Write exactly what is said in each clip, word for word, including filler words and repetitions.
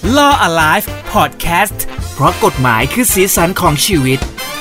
Law Alive Podcast เพราะกฎหมายคือสีสันของชีวิต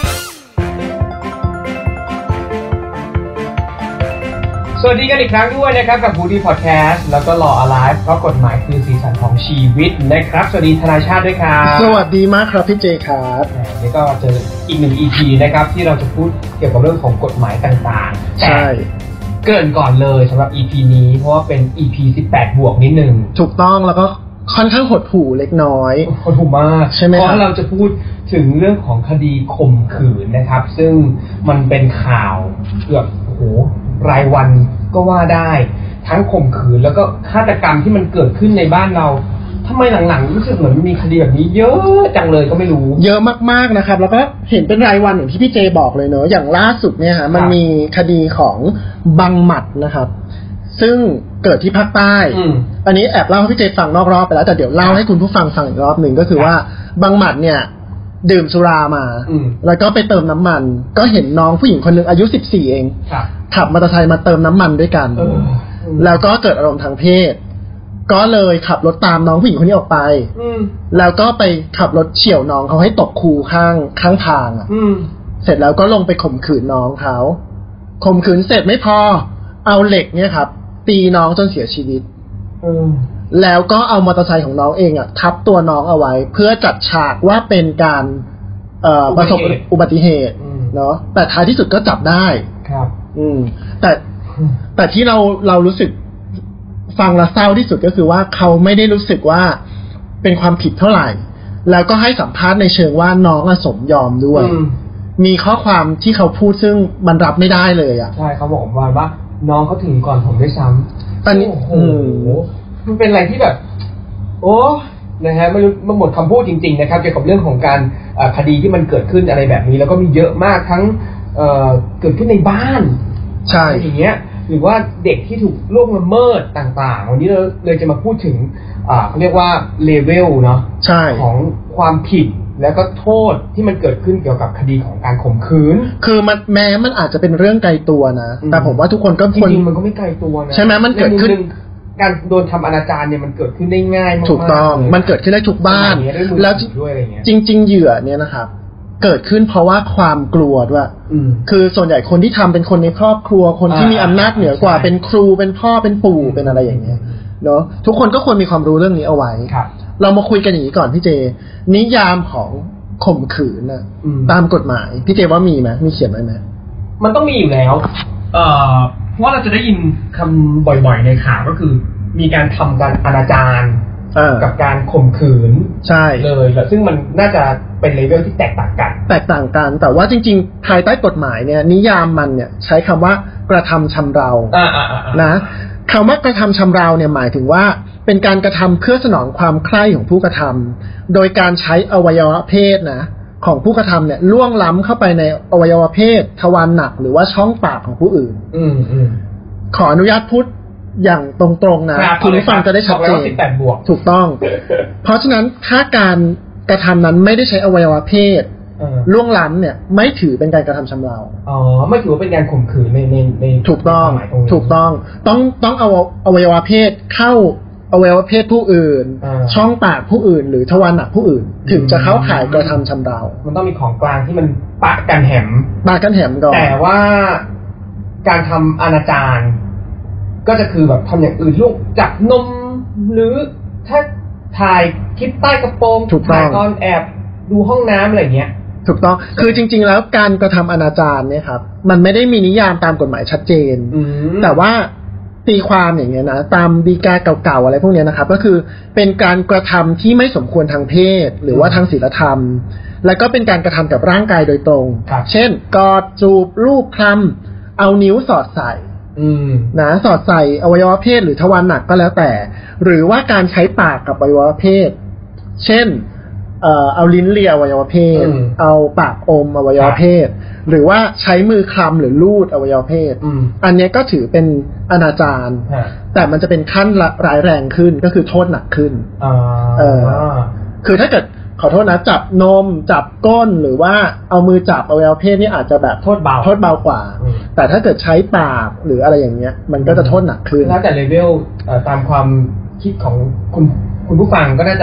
สวัสดีกันอีกครั้งด้วยนะครับกับ Woody Podcast แล้วก็ Law Alive เพราะกฎหมายคือสีสันของชีวิตนะครับสวัสดีทนายชาติด้วยครับสวัสดีมากครับพี่เจครับนี่ก็เจออีกหนึ่ง อี พี นะครับที่เราจะพูดเกี่ยวกับเรื่องของกฎหมายต่างๆใช่เกินก่อนเลยสำหรับ อี พี นี้เพราะว่าเป็น อี พี สิบแปด บวกนิดนึงถูกต้องแล้วก็ค่อนข้างหดหู่เล็กน้อยหดหู่มากใช่ไหมครับเพราะเราจะพูดถึงเรื่องของคดีข่มขืนนะครับซึ่งมันเป็นข่าวเกือบโอ้โหรายวันก็ว่าได้ทั้งข่มขืนแล้วก็ฆาตกรรมที่มันเกิดขึ้นในบ้านเราทำไมหลังๆรู้สึกเหมือนมีคดีแบบนี้เยอะจังเลยก็ไม่รู้เยอะมากๆนะครับแล้วก็เห็นเป็นรายวันอย่างที่พี่เจบอกเลยเนอะอย่างล่าสุดเนี่ยฮะมันมีคดีของบังหมัดนะครับซึ่งเกิดที่ภาคใต้อันนี้แอบเล่าให้พี่เจฟังนอกรอบไปแล้วแต่เดี๋ยวเล่าให้คุณผู้ฟังฟังอีกรอบหนึ่งก็คือว่าบังหมัดเนี่ยดื่มสุรามาแล้วก็ไปเติมน้ำมันก็เห็นน้องผู้หญิงคนนึงอายุสิบสี่เองขับมอเตอร์ไซค์มาเติมน้ำมันด้วยกันแล้วก็เกิดอารมณ์ทางเพศก็เลยขับรถตามน้องผู้หญิงคนนี้ออกไปแล้วก็ไปขับรถเฉี่ยวน้องเขาให้ตกคูข้างข้างทางอ่ะเสร็จแล้วก็ลงไปข่มขืนน้องเขาข่มขืนเสร็จไม่พอเอาเหล็กเนี่ยครับตีน้องจนเสียชีวิตแล้วก็เอามอเตอร์ไซค์ของน้องเองอ่ะทับตัวน้องเอาไว้เพื่อจัดฉากว่าเป็นการเอ่อประสบอุบัติเหตุเนาะแต่ท้ายที่สุดก็จับได้ครับอืมแต่แต่ที่เราเรารู้สึกฟังแล้วเศร้าที่สุดก็คือว่าเขาไม่ได้รู้สึกว่าเป็นความผิดเท่าไหร่แล้วก็ให้สัมภาษณ์ในเชิงว่าน้องสมยอมด้วยมีข้อความที่เขาพูดซึ่งมันรับไม่ได้เลยอ่ะใช่เขาบอกว่าว่าน้องเขาถึงก่อนผมด้วยซ้ำตอนนี้โอ้โหมันเป็นอะไรที่แบบโอ้นะฮะไม่รู้มันหมดคำพูดจริงๆนะครับเกี่ยวกับเรื่องของการคดีที่มันเกิดขึ้นอะไรแบบนี้แล้วก็มีเยอะมากทั้งเอ่อเกิดขึ้นในบ้านใช่อย่างเงี้ยหรือว่าเด็กที่ถูกล่วงละเมิดต่างๆวันนี้เราเลยจะมาพูดถึงอ่าเขาเรียกว่าเลเวลเนาะใช่ของความผิดแล้วก็โทษที่มันเกิดขึ้นเกี่ยวกับคดีของการข่มขืนคือมันแม้มันอาจจะเป็นเรื่องไกลตัวนะแต่ผมว่าทุกคนก็ควรจริงๆมันก็ไม่ไกลตัวนะใช่ไหมมันเกิดขึ้นการโดนทำอนาจารเนี่ยมันเกิดขึ้นได้ง่ายมากถูกต้องมันเกิดขึ้นได้ทุกบ้านแล้วจริงๆเหยื่อเนี่ยนะครับเกิดขึ้นเพราะว่าความกลัวด้วยคือส่วนใหญ่คนที่ทำเป็นคนในครอบครัวคนที่มีอำนาจเหนือกว่าเป็นครูเป็นพ่อเป็นปู่เป็นอะไรอย่างเงี้ยเนาะทุกคนก็ควรมีความรู้เรื่องนี้เอาไว้เรามาคุยกันอย่างนี้ก่อนพี่เจนิยามของข่มขืนนะตามกฎหมายพี่เจว่ามีไหมมีเขียนไว้ไหมมันต้องมีอยู่แล้วเอ่อเพราะเราจะได้ยินคำบ่อยๆในข่าวก็คือมีการทำการอนาจารกับการข่มขืนใช่เลยซึ่งมันน่าจะเป็นเลเวลที่แตกต่างกันแตกต่างกันแต่ว่าจริงๆภายใต้กฎหมายเนี่ยนิยามมันเนี่ยใช้คำว่ากระทำชำเรานะคำว่ากระทำชำเราเนี่ยหมายถึงว่าเป็นการกระทำเพื่อสนองความใคร่ของผู้กระทำโดยการใช้อวัยวะเพศนะของผู้กระทำเนี่ยล่วงล้ำเข้าไปในอวัยวะเพศทวารหนักหรือว่าช่องปากของผู้อื่นขออนุญาตพูดอย่างตรงๆนะคุณผู้ฟังจะได้ชัดเจนถูกต้องเพราะฉะนั้นถ้าการกระทำนั้นไม่ได้ใช้อวัยวะเพศล่วงล้ำเนี่ยไม่ถือเป็นการกระทำชำเราอ๋อไม่ถือว่าเป็นการข่มขืนในในในถูกต้องถูกต้องต้องต้องเอาอวัยวะเพศเข้าอวัยวะเพศผู้อื่นช่องปากผู้อื่นหรือทวารหนักผู้อื่นถึงจะเข้าข่ายกระทำชำเรามันต้องมีของกลางที่มันปะกันแหมปะกันแหมก่อนแต่ว่าการทำอนาจารก็จะคือแบบทำอย่างอื่นลูกจับนมหรือถ้าถ่ายคลิปใต้กระโปรงถ่ายตอนแอบดูห้องน้ำอะไรเงี้ยถูกต้องคือจริงๆแล้วการกระทำอนาจารเนี่ยครับมันไม่ได้มีนิยามตามกฎหมายชัดเจนแต่ว่าตีความอย่างเงี้ยนะตามฎีกาเก่าๆอะไรพวกนี้นะครับก็คือเป็นการกระทำที่ไม่สมควรทางเพศหรือว่าทางศีลธรรมแล้วก็เป็นการกระทำกับร่างกายโดยตรงเช่นกอดจูบลูบคลำเอานิ้วสอดใส่นะสอดใส่อวัยวะเพศหรือทวารหนักก็แล้วแต่หรือว่าการใช้ปากกับอวัยวะเพศเช่นเอ่อเอาลิ้นเลียอวัยวะเพศเอาปากอมอวัยวะเพศหรือว่าใช้มือคลำหรือลูดอวัยวะเพศอันนี้ก็ถือเป็นอนาจารแต่มันจะเป็นขั้นร้ายแรงขึ้นก็คือโทษหนักขึ้นเออคือถ้าเกิดขอโทษนะจับนมจับก้นหรือว่าเอามือจับอวัยวะเพศนี่อาจจะแบบโทษเบาโทษเบากว่าแต่ถ้าเกิดใช้ปากหรืออะไรอย่างเงี้ยมันก็จะโทษหนักขึ้นแล้วแต่เลเวลตามความคิดของคุณคุณผู้ฟังก็น่าจะ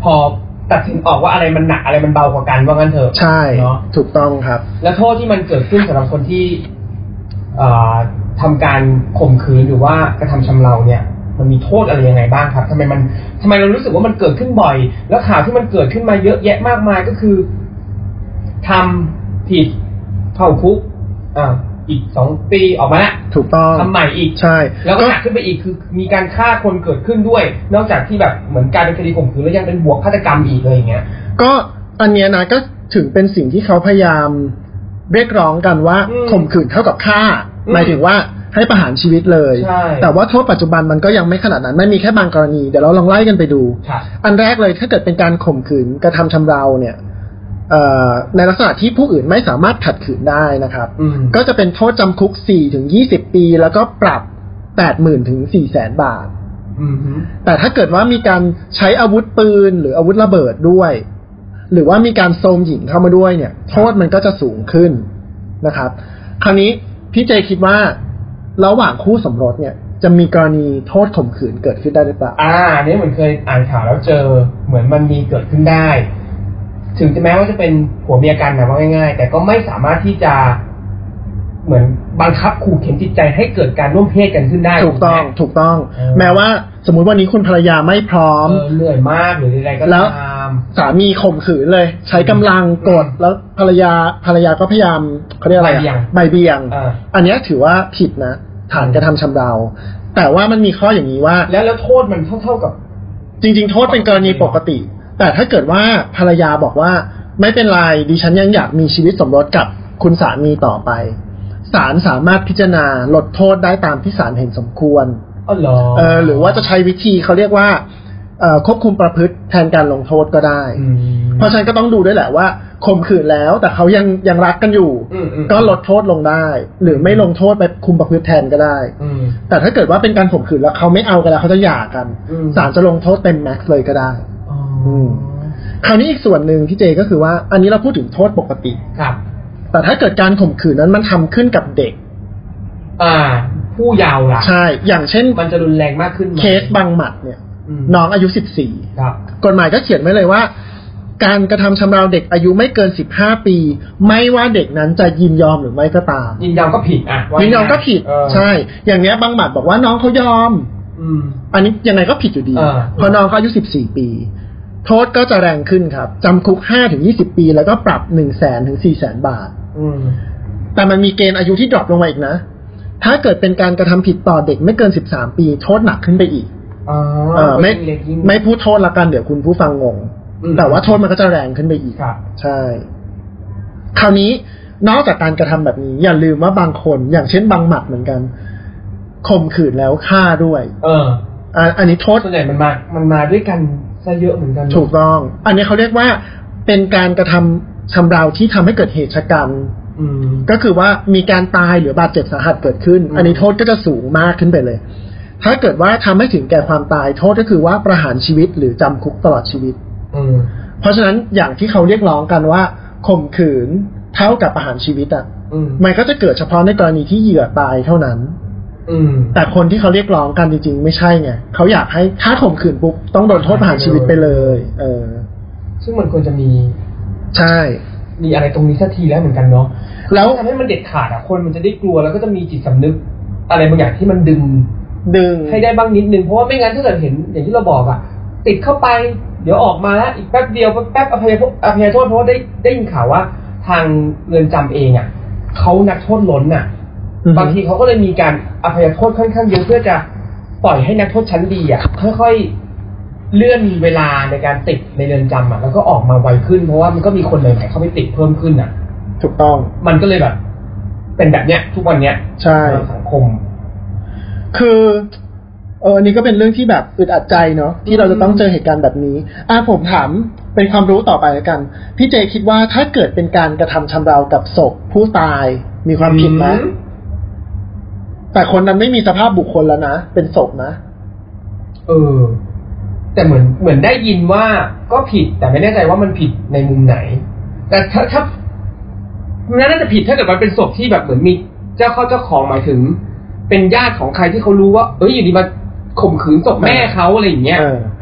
พอตัดสินออกว่าอะไรมันหนักอะไรมันเบากว่ากันว่างั้นเถอะใช่เนาะถูกต้องครับแล้วโทษที่มันเกิดขึ้นสำหรับคนที่ทำการข่มขืนหรือว่ากระทำชำเราเนี่ยมันมีโทษอะไรยังไงบ้างครับทำไมมันทำไมเรารู้สึกว่ามันเกิดขึ้นบ่อยแล้วข่าวที่มันเกิดขึ้นมาเยอะแยะมากมายก็คือทำผิดเข้าคุกอ่าอีกสองปีออกมาแล้วถูกต้องทำใหม่อีกใช่แล้วก็หนักขึ้นไปอีกคือมีการฆ่าคนเกิดขึ้นด้วยนอกจากที่แบบเหมือนการเป็นคดีข่มขืนแล้วยังเป็นบวกฆาตกรรมอีกเลยอย่างเงี้ยก็อันเนี้ยนะก็ถึงเป็นสิ่งที่เขาพยายามเรียกร้องกันว่าข่มขืนเท่ากับฆ่าหมายถึงว่าให้ประหารชีวิตเลยแต่ว่าโทษปัจจุบันมันก็ยังไม่ขนาดนั้นไม่มีแค่บางกรณีเดี๋ยวเราลองไล่กันไปดูอันแรกเลยถ้าเกิดเป็นการข่มขืนกระทำชำเราเนี่ยในลักษณะที่ผู้อื่นไม่สามารถขัดขืนได้นะครับก็จะเป็นโทษจำคุก สี่ถึงยี่สิบ ปีแล้วก็ปรับ แปดหมื่น ถึง สี่แสน บาทแต่ถ้าเกิดว่ามีการใช้อาวุธปืนหรืออาวุธระเบิดด้วยหรือว่ามีการโทรมหญิงเข้ามาด้วยเนี่ยโทษมันก็จะสูงขึ้นนะครับคราวนี้พี่เจคิดว่าระหว่างคู่สมรสเนี่ยจะมีกรณีโทษข่มขืนเกิดขึ้นได้หรือเปล่าอ่าอันนี้เหมือนเคยอ่านข่าวแล้วเจอเหมือนมันมีเกิดขึ้นได้ถึงจะแม้ว่าจะเป็นผัวเมียกันนะว่าง่ายๆแต่ก็ไม่สามารถที่จะเหมือนบังคับขู่เข็นจิตใจให้เกิดการร่วมเพศกันขึ้นได้ถูกต้องถูกต้องแม้ว่าสมมุติวันนี้คุณภรรยาไม่พร้อมเหนื่อยมากหรืออะไรก็ตามสามีข่มขืนเลยใช้กำลังกดแล้วภรรยาภรรยาก็พยายามเขาเรียกอะไรใบเบี่ยงอันนี้ถือว่าผิดนะฐานกระทำชำเราแต่ว่ามันมีข้ออย่างนี้ว่าแล้วแล้วโทษมันเท่าๆกับจริงๆโทษเป็นกรณีปกติแต่ถ้าเกิดว่าภรรยาบอกว่าไม่เป็นไรดิฉันยังอยากมีชีวิตสมรสกับคุณสามีต่อไปศาลสามารถพิจารณาลดโทษได้ตามที่ศาลเห็นสมควรอ๋อเหรอเออหรือว่าจะใช้วิธีเขาเรียกว่าเอ่อควบคุมประพฤติแทนการลงโทษก็ได้เพราะฉะนั้นก็ต้องดูด้วยแหละว่าข่มขืนแล้วแต่เขายังยังรักกันอยู่ก็ลดโทษลงได้หรือไม่ลงโทษไปคุมประพฤติแทนก็ได้แต่ถ้าเกิดว่าเป็นการข่มขืนแล้วเขาไม่เอากันแล้วเขาจะหย่ากันศาลจะลงโทษเต็มแม็กซ์เลยก็ได้คราวนี้อีกส่วนหนึ่งที่เจก็คือว่าอันนี้เราพูดถึงโทษปกติครับแต่ถ้าเกิดการข่มขืนนั้นมันทำขึ้นกับเด็กอ่าผู้เยาว์ล่ะใช่อย่างเช่นมันจะรุนแรงมากขึ้นเคสบางหมัดเนี่ยน้องอายุสิบสี่ครับกฎหมายก็เขียนไว้เลยว่าการกระทำชำเราเด็กอายุไม่เกินสิบห้าปีไม่ว่าเด็กนั้นจะยินยอมหรือไม่ก็ตามยินยอมก็ผิดอ่ะยินยอมก็ผิดใช่อย่างเนี้ยบางหมัดบอกว่าน้องเขายอมอันนี้ยังไงก็ผิดอยู่ดีเพราะน้องเขาอายุสิบสี่ปีโทษก็จะแรงขึ้นครับจำคุก ห้าถึงยี่สิบ ปีแล้วก็ปรับ หนึ่งแสน ถึง สี่แสน บาทแต่มันมีเกณฑ์อายุที่ดรอปลงมาอีกนะถ้าเกิดเป็นการกระทำผิดต่อเด็กไม่เกินสิบสามปีโทษหนักขึ้นไปอีกเออไม่ไม่พูดโทษละกันเดี๋ยวคุณผู้ฟังงงแต่ว่าโทษมันก็จะแรงขึ้นไปอีกใช่คราวนี้นอกจากการกระทำแบบนี้อย่าลืมว่าบางคนอย่างเช่นบางหมัดเหมือนกันข่มขืนแล้วฆ่าด้วยเอออันนี้โทษส่วนใหญ่มันมามันมาด้วยกันซะเยอะเหมือนกันถูกต้องอันนี้เขาเรียกว่าเป็นการกระทำชำเราที่ทำให้เกิดเหตุชะกันก็คือว่ามีการตายหรือบาดเจ็บสาหัสเกิดขึ้นอันนี้โทษก็จะสูงมากขึ้นไปเลยถ้าเกิดว่าทำให้ถึงแก่ความตายโทษก็คือว่าประหารชีวิตหรือจำคุกตลอดชีวิตเพราะฉะนั้นอย่างที่เขาเรียกร้องกันว่าข่มขืนเท่ากับประหารชีวิตอ่ะมันก็จะเกิดเฉพาะในกรณีที่เหยื่อตายเท่านั้นแต่คนที่เขาเรียกร้องกันจริงๆไม่ใช่ไงเขาอยากให้ถ้าข่มขืนปุ๊บต้องโดนโทษประหารชีวิตไปเลยเออซึ่งมันควรจะมีใช่มีอะไรตรงนี้สักทีแล้วเหมือนกันเนาะแล้วทำให้มันเด็ดขาดอ่ะคนมันจะได้กลัวแล้วก็จะมีจิตสำนึกอะไรบางอย่างที่มันดึงดึงให้ได้บ้างนิดนึงเพราะว่าไม่งั้นถ้าเกิดเห็นอย่างที่เราบอกอ่ะติดเข้าไปเดี๋ยวออกมาแล้วอีกแป๊บเดียวแป๊บอภัยโทษอภัยโทษเพราะว่าได้ได้ยินข่าวว่าทางเรือนจำเองอ่ะเขานักโทษล้นอ่ะบางทีเขาก็เลยมีการอภัยโทษค่อนข้างเยอะเพื่อจะปล่อยให้นักโทษชั้นดีอ่ะค่อยๆเลื่อนเวลาในการติดในเรือนจำอ่ะแล้วก็ออกมาไวขึ้นเพราะว่ามันก็มีคนใหม่ๆเข้าไปติดเพิ่มขึ้นอ่ะถูกต้องมันก็เลยแบบเป็นแบบเนี้ยทุกวันเนี้ยใช่ในสังคมคือเอออันนี้ก็เป็นเรื่องที่แบบอึดอัดใจเนาะที่เราจะต้องเจอเหตุการณ์แบบนี้อ่ะผมถามเป็นความรู้ต่อไปแล้วกันพี่เจคิดว่าถ้าเกิดเป็นการกระทำชำเรากับศพผู้ตายมีความผิดไหมแต่คนนั้นไม่มีสภาพบุคคลแล้วนะเป็นศพนะเออแต่เหมือนเหมือนได้ยินว่าก็ผิดแต่ไม่แน่ใจว่ามันผิดในมุมไหนแต่ถ้าถ้าน่าจะผิดถ้าเกิดมันเป็นศพที่แบบเหมือนมีเจ้าเข้าเจ้าของหมายถึงเป็นญาติของใครที่เขารู้ว่าเอ้ยอยู่ดีมาข่มขืนศพแม่เขาอะไรอย่างเงี้ยแต่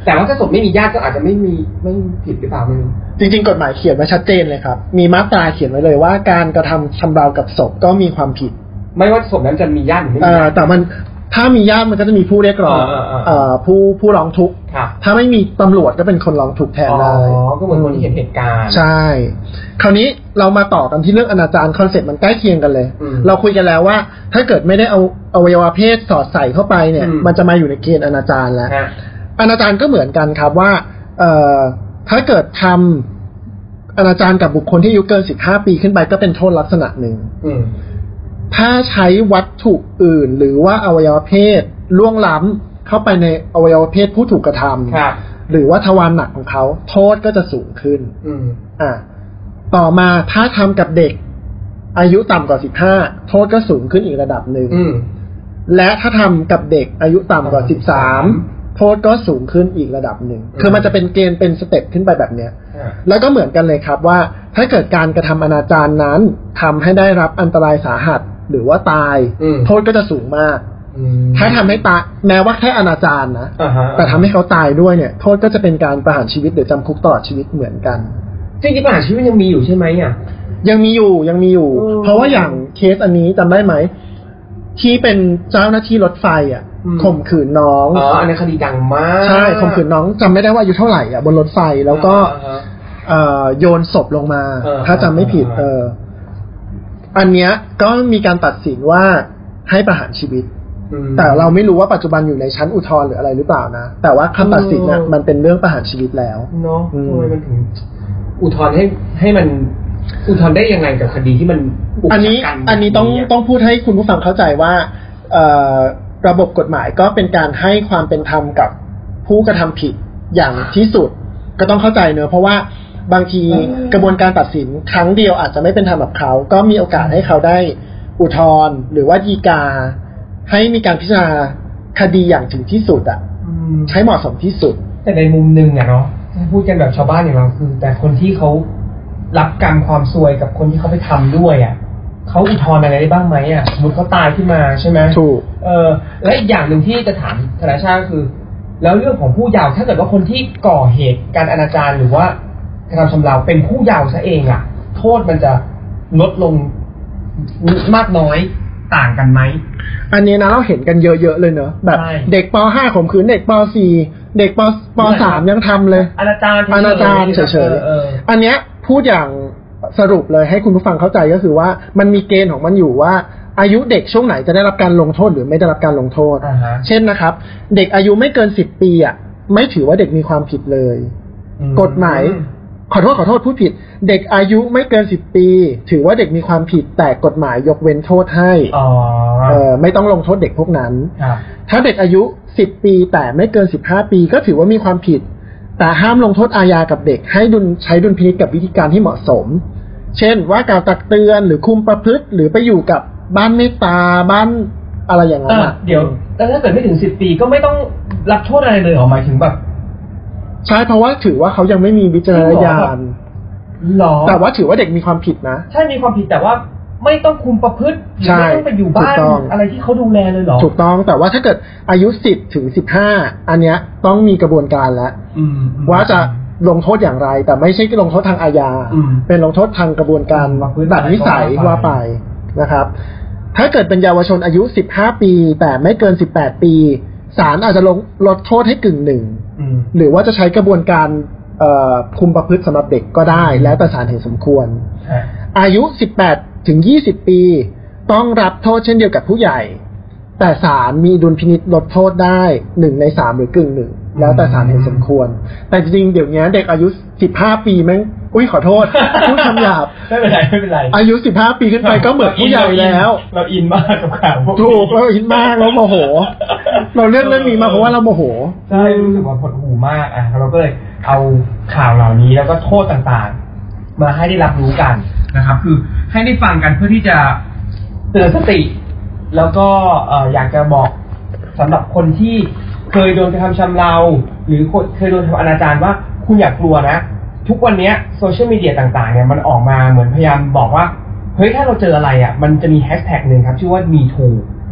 แต่ว่าถ้าศพไม่มีญาติก็อาจจะไม่มีไม่ผิดหรือเปล่าไม่รู้จริงๆกฎหมายเขียนไว้ชัดเจนเลยครับมีมาตราเขียนไว้เลยว่าการกระทำชำเรากับศพก็มีความผิดไม่ว่าศพนั้นจะมีญาติหรือไม่มีญาติแต่มันถ้ามีญาติมันก็จะมีผู้เรียกร้องผู้ผู้ร้องทุกข์ถ้าไม่มีตำรวจก็เป็นคนร้องทุกข์แทนได้อ๋อก็เหมือนคนที่เห็นเหตุการณ์ใช่คราวนี้เรามาต่อกันที่เรื่องอนาจารคอนเซ็ปต์มันใกล้เคียงกันเลยเราคุยกันแล้วว่าถ้าเกิดไม่ได้เอาอวัยวะเพศสอดใส่เข้าไปเนี่ยมันจะมาอยู่ในเกณฑ์อนาจารแล้วอนาจารก็เหมือนกันครับว่าเอ่อถ้าเกิดทำอนาจารกับบุคคลที่อายุเกินสิบห้าปีขึ้นไปก็เป็นโทษลักษณะหนึ่งถ้าใช้วัตถุอื่นหรือว่าอวัยวะเพศล่วงล้ำเข้าไปในอวัยวะเพศผู้ถูกกระทำหรือว่าทวารหนักของเขาโทษก็จะสูงขึ้นอ่าต่อมาถ้าทำกับเด็กอายุต่ำกว่าสิบห้าโทษก็สูงขึ้นอีกระดับหนึ่งและถ้าทำกับเด็กอายุต่ำกว่าสิบสามโทษก็สูงขึ้นอีกระดับหนึ่งคือมันจะเป็นเกณฑ์เป็นสเต็ปขึ้นไปแบบเนี้ยแล้วก็เหมือนกันเลยครับว่าถ้าเกิดการกระทำอนาจารนั้นทำให้ได้รับอันตรายสาหัสหรือว่าตายโทษก็จะสูงมากถ้าทำให้ตายแม้ว่าแค่อนาจารนะแต่ทำให้เขาตายด้วยเนี่ยโทษก็จะเป็นการประหารชีวิตหรือจำคุกตลอดชีวิตเหมือนกันจริงๆประหารชีวิตยังมีอยู่ใช่ไหมอ่ะยังมีอยู่ยังมีอยู่เพราะว่าอย่างเคสอันนี้จำได้ไหมที่เป็นเจ้าหน้าที่รถไฟอ่ะข่มขืนน้องอ๋ออันนี้คดีดังมากใช่ข่มขืนน้องจำไม่ได้ว่าอายุเท่าไหร่อ่ะบนรถไฟแล้วก็โยนศพลงมาถ้าจำไม่ผิดเอออันเนี้ยก็มีการตัดสินว่าให้ประหารชีวิตแต่เราไม่รู้ว่าปัจจุบันอยู่ในชั้นอุทธรณ์หรืออะไรหรือเปล่านะแต่ว่าคำตัดสินน่ะมันเป็นเรื่องประหารชีวิตแล้วเนาะทำไมมันถึงอุทธรณ์ให้ให้มันอุทธรณ์ได้ยังไงกับคดีที่มันอันนี้อันนี้ต้องต้องพูดให้คุณผู้ฟังเข้าใจว่าระบบกฎหมายก็เป็นการให้ความเป็นธรรมกับผู้กระทำผิดอย่างที่สุดก็ต้องเข้าใจเนอะเพราะว่าบางทีกระบวนการตัดสินครั้งเดียวอาจจะไม่เป็นธรรมกับเขาก็มีโอกาสให้เขาได้อุทธรณ์หรือว่าฎีกาให้มีการพิจารณาคดีอย่างถึงที่สุดอ่ะใช้เหมาะสมที่สุดแต่ในมุมนึงอะเนาะพูดกันแบบชาวบ้านอย่างเราคือแต่คนที่เขารับกรรมความซวยกับคนที่เขาไปทำด้วยอ่ะเขาอุทธรณ์อะไรได้บ้างไหมอ่ะสมมติเขาตายขึ้นมาใช่ไหมถูกเออและอีกอย่างหนึ่งที่จะถามธนาชาติคือแล้วเรื่องของผู้เยาว์ถ้าเกิดว่าคนที่ก่อเหตุการอนาจารหรือว่ากระทำชำเราเป็นผู้เยาว์ซะเองอ่ะโทษมันจะลดลงมากน้อยต่างกันไหมอันนี้นะเราเห็นกันเยอะๆเลยเนอะแบบเด็กป .ห้า ข่มขืนเด็กป .สี่ เด็กป ป .สาม ยังทำเลยอนาจารอนาจารเฉยๆอันเนี้ยพูดอย่างสรุปเลยให้คุณผู้ฟังเข้าใจก็คือว่ามันมีเกณฑ์ของมันอยู่ว่าอายุเด็กช่วงไหนจะได้รับการลงโทษหรือไม่ได้รับการลงโทษ uh-huh. เช่นนะครับเด็กอายุไม่เกินสิบปีอ่ะไม่ถือว่าเด็กมีความผิดเลย uh-huh. กฎหมายขอโทษขอโทษพูดผิดเด็กอายุไม่เกินสิบปีถือว่าเด็กมีความผิดแต่กฎหมายยกเว้นโทษให้ uh-huh. เออไม่ต้องลงโทษเด็กพวกนั้น uh-huh. ถ้าเด็กอายุสิบปีแต่ไม่เกินสิบห้าปีก็ถือว่ามีความผิดแต่ห้ามลงโทษอาญากับเด็กให้ดุลใช้ดุลพินิจกับวิธีการที่เหมาะสมเช่นว่ากล่าวตักเตือนหรือคุมประพฤติหรือไปอยู่กับบ้านเมตตาบ้านอะไรอย่างนั้นอ่ะเดี๋ยวแต่ถ้าเกิดไม่ถึงสิบปีก็ไม่ต้องรับโทษอะไรเลยหรอหมายถึงแบบใช่เพราะว่าถือว่าเขายังไม่มีวิจารณญาณหรอแต่ว่าถือว่าเด็กมีความผิดนะใช่มีความผิดแต่ว่าไม่ต้องคุมประพฤติหรือไม่ต้องไปอยู่บ้านอะไรที่เขาดูแลเลยหรอถูกต้องแต่ว่าถ้าเกิดอายุสิบถึงสิบห้าอันเนี้ยต้องมีกระบวนการแล้วว่าจะลงโทษอย่างไรแต่ไม่ใช่ลงโทษทางอาญาเป็นลงโทษทางกระบวนการแบบนิสัยว่าไปนะครับถ้าเกิดเป็นเยาวชนอายุสิบห้าปีแต่ไม่เกินสิบแปดปีศาลอาจจะลงลดโทษให้กึ่งหนึ่งหรือว่าจะใช้กระบวนการคุมประพฤติสำหรับเด็กก็ได้แล้วแต่ศาลเห็นสมควรอายุสิบแปดถึงยี่สิบปีต้องรับโทษเช่นเดียวกับผู้ใหญ่แต่ศาลมีดุลพินิจลดโทษได้หนึ่งในสามหรือกึ่งหนึ่งแล้วแต่ศาลเห็นสมควรแต่จริงๆเดี๋ยวนี้เด็กอายุสิบห้าปีแม่งอุ้ยขอโทษพูดคำหยาบไม่เป็นไรไม่เป็นไรอายุสิบห้าปีขึ้นไปก็เหมือนผู้ใหญ่แล้วเราอินมากกับข่าวถูกเราอินมากเราโมโหเราเลือกเรื่องนี้มาเพราะว่าเราโมโหใช่รู้สึกว่าหดหู่มากอ่ะเราก็เลยเอาข่าวเหล่านี้แล้วก็โทษต่างๆมาให้ได้รับรู้กันนะครับคือให้ได้ฟังกันเพื่อที่จะเตือนสติแล้วก็อยากจะบอกสำหรับคนที่เคยโดนกระทำชำเราหรือเคยโดนทำอนาจารว่าคุณอย่ากลัวนะทุกวันนี้โซเชียลมีเดียต่างๆเนี่ยมันออกมาเหมือนพยายามบอกว่าเฮ้ยถ้าเราเจออะไรอ่ะมันจะมีแฮชแท็กหนึ่งครับชื่อว่า me too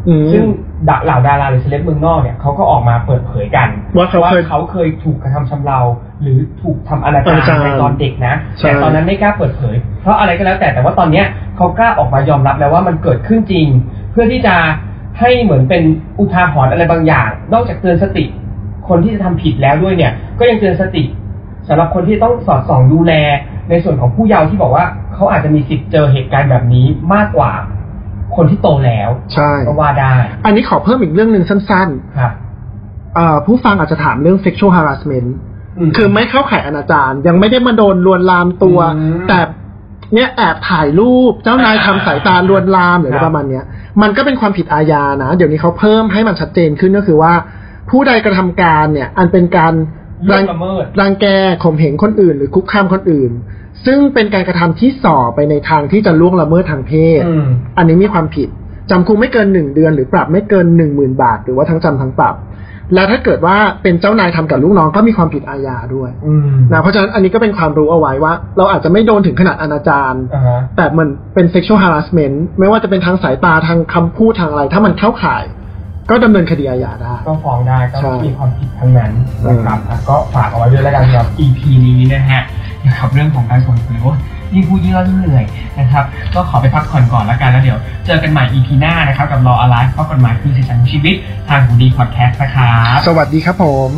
ซึ่งเหล่าดาราหรือเซเลบเมืองนอกเนี่ยเขาก็ออกมาเปิดเผยกันว่าเขาเคยเขาเคยถูกกระทำชำเราหรือถูกทำอนาจารในตอนเด็กนะแต่ตอนนั้นไม่กล้าเปิดเผยเพราะอะไรก็แล้วแต่แต่ว่าตอนเนี้ยเขากล้าออกมายอมรับแล้วว่ามันเกิดขึ้นจริงเพื่อที่จะให้เหมือนเป็นอุทาหรณ์อะไรบางอย่างนอกจากเตือนสติคนที่จะทำผิดแล้วด้วยเนี่ยก็ยังเตือนสติสำหรับคนที่ต้องสอดส่องดูแลในส่วนของผู้เยาว์ที่บอกว่าเขาอาจจะมีสิทธิ์เจอเหตุการณ์แบบนี้มากกว่าคนที่โตแล้วใช่ก็ว่าได้อันนี้ขอเพิ่มอีกเรื่องนึงสั้นๆครับผู้ฟังอาจจะถามเรื่อง sexual harassment คือไม่เข้าข่ายอนาจารยังไม่ได้มาโดนลวนลามตัวแต่เนี่ยแอบถ่ายรูปเจ้านายทำสายตาลวนลามหรือประมาณเนี้ยมันก็เป็นความผิดอาญานะเดี๋ยวนี้เขาเพิ่มให้มันชัดเจนขึ้นก็คือว่าผู้ใดกระทำการเนี่ยอันเป็นการรังรังแกข่มเหงคนอื่นหรือคุกคามคนอื่นซึ่งเป็นการกระทำที่ส่อไปในทางที่จะล่วงละเมิดทางเพศ อ, อันนี้มีความผิดจำคุกไม่เกินหนึ่งเดือนหรือปรับไม่เกินหนึ่งหมื่นบาทหรือว่าทั้งจำทั้งปรับและถ้าเกิดว่าเป็นเจ้านายทำกับลูกน้องก็มีความผิดอาญาด้วยนะเพราะฉะนั้นอันนี้ก็เป็นความรู้เอาไว้ว่าเราอาจจะไม่โดนถึงขนาดอนาจาร uh-huh. แต่มันเป็น sexual harassment ไม่ว่าจะเป็นทางสายตาทางคำพูดทางอะไรถ้ามันเข้าข่ายก็ดำเนินคดีอาญาได้ก็ฟ้องได้ก็มีความผิดทั้งนั้นนะครับก็ฝากเอาไว้ด้วยแล้วกันสำหรับ อี พี นี้นะฮะนะครับเรื่องของการข่มขืนยิ่งพูดยิ่งเหนื่อยนะครับก็ขอไปพักผ่อนก่อนแล้วกันแล้วเดี๋ยวเจอกันใหม่ อี พี หน้านะครับกับ Law Alive ข้อกฎหมายคือสีสันของชีวิตทางหูดีพอดแคสต์นะครับสวัสดีครับผม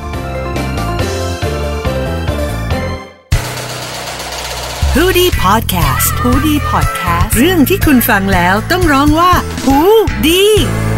หูดีพอดแคสต์หูดีพอดแคสต์เรื่องที่คุณฟังแล้วต้องร้องว่าหูดี